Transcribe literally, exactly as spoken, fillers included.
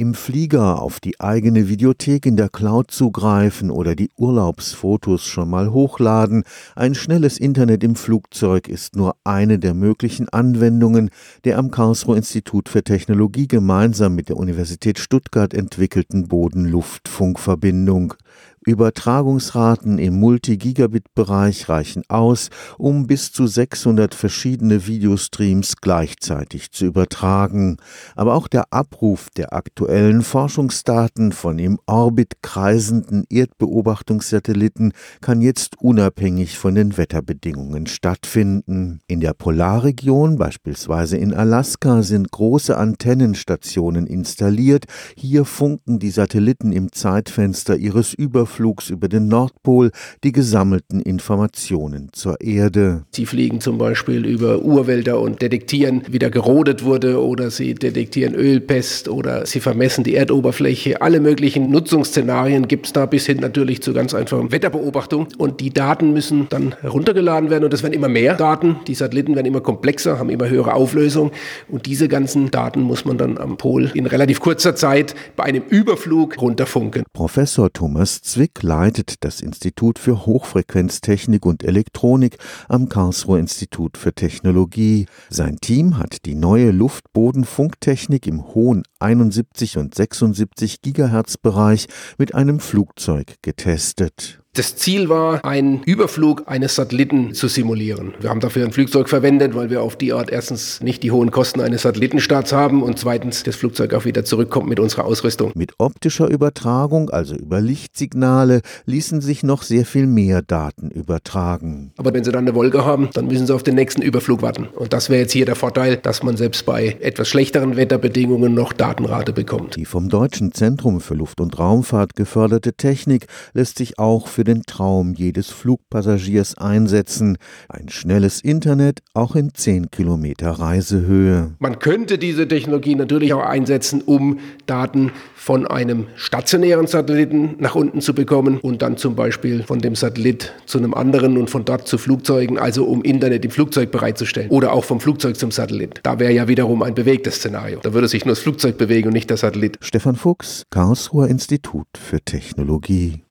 im Flieger auf die eigene Videothek in der Cloud zugreifen oder die Urlaubsfotos schon mal hochladen. Ein schnelles Internet im Flugzeug ist nur eine der möglichen Anwendungen der am Karlsruher Institut für Technologie gemeinsam mit der Universität Stuttgart entwickelten Boden-Luft-Funkverbindung. Übertragungsraten im Multi-Gigabit-Bereich reichen aus, um bis zu sechshundert verschiedene Videostreams gleichzeitig zu übertragen. Aber auch der Abruf der aktuellen Forschungsdaten von im Orbit kreisenden Erdbeobachtungssatelliten kann jetzt unabhängig von den Wetterbedingungen stattfinden. In der Polarregion, beispielsweise in Alaska, sind große Antennenstationen installiert. Hier funken die Satelliten im Zeitfenster ihres Überflugs über den Nordpol die gesammelten Informationen zur Erde. Sie fliegen zum Beispiel über Urwälder und detektieren, wie da gerodet wurde, oder sie detektieren Ölpest oder sie vermessen die Erdoberfläche. Alle möglichen Nutzungsszenarien gibt es da, bis hin natürlich zu ganz einfachen Wetterbeobachtung. Und die Daten müssen dann heruntergeladen werden und es werden immer mehr Daten. Die Satelliten werden immer komplexer, haben immer höhere Auflösung und diese ganzen Daten muss man dann am Pol in relativ kurzer Zeit bei einem Überflug runterfunken. Professor Thomas Zwick leitet das Institut für Hochfrequenztechnik und Elektronik am Karlsruher Institut für Technologie. Sein Team hat die neue Luft-Boden-Funktechnik im hohen einundsiebzig und sechsundsiebzig Gigahertz-Bereich mit einem Flugzeug getestet. Das Ziel war, einen Überflug eines Satelliten zu simulieren. Wir haben dafür ein Flugzeug verwendet, weil wir auf die Art erstens nicht die hohen Kosten eines Satellitenstarts haben und zweitens das Flugzeug auch wieder zurückkommt mit unserer Ausrüstung. Mit optischer Übertragung, also über Lichtsignale, ließen sich noch sehr viel mehr Daten übertragen. Aber wenn Sie dann eine Wolke haben, dann müssen Sie auf den nächsten Überflug warten. Und das wäre jetzt hier der Vorteil, dass man selbst bei etwas schlechteren Wetterbedingungen noch Datenrate bekommt. Die vom Deutschen Zentrum für Luft- und Raumfahrt geförderte Technik lässt sich auch für den Traum jedes Flugpassagiers einsetzen. Ein schnelles Internet auch in zehn Kilometer Reisehöhe. Man könnte diese Technologie natürlich auch einsetzen, um Daten von einem stationären Satelliten nach unten zu bekommen und dann zum Beispiel von dem Satellit zu einem anderen und von dort zu Flugzeugen, also um Internet im Flugzeug bereitzustellen. Oder auch vom Flugzeug zum Satellit. Da wäre ja wiederum ein bewegtes Szenario. Da würde sich nur das Flugzeug bewegen und nicht der Satellit. Stefan Fuchs, Karlsruher Institut für Technologie.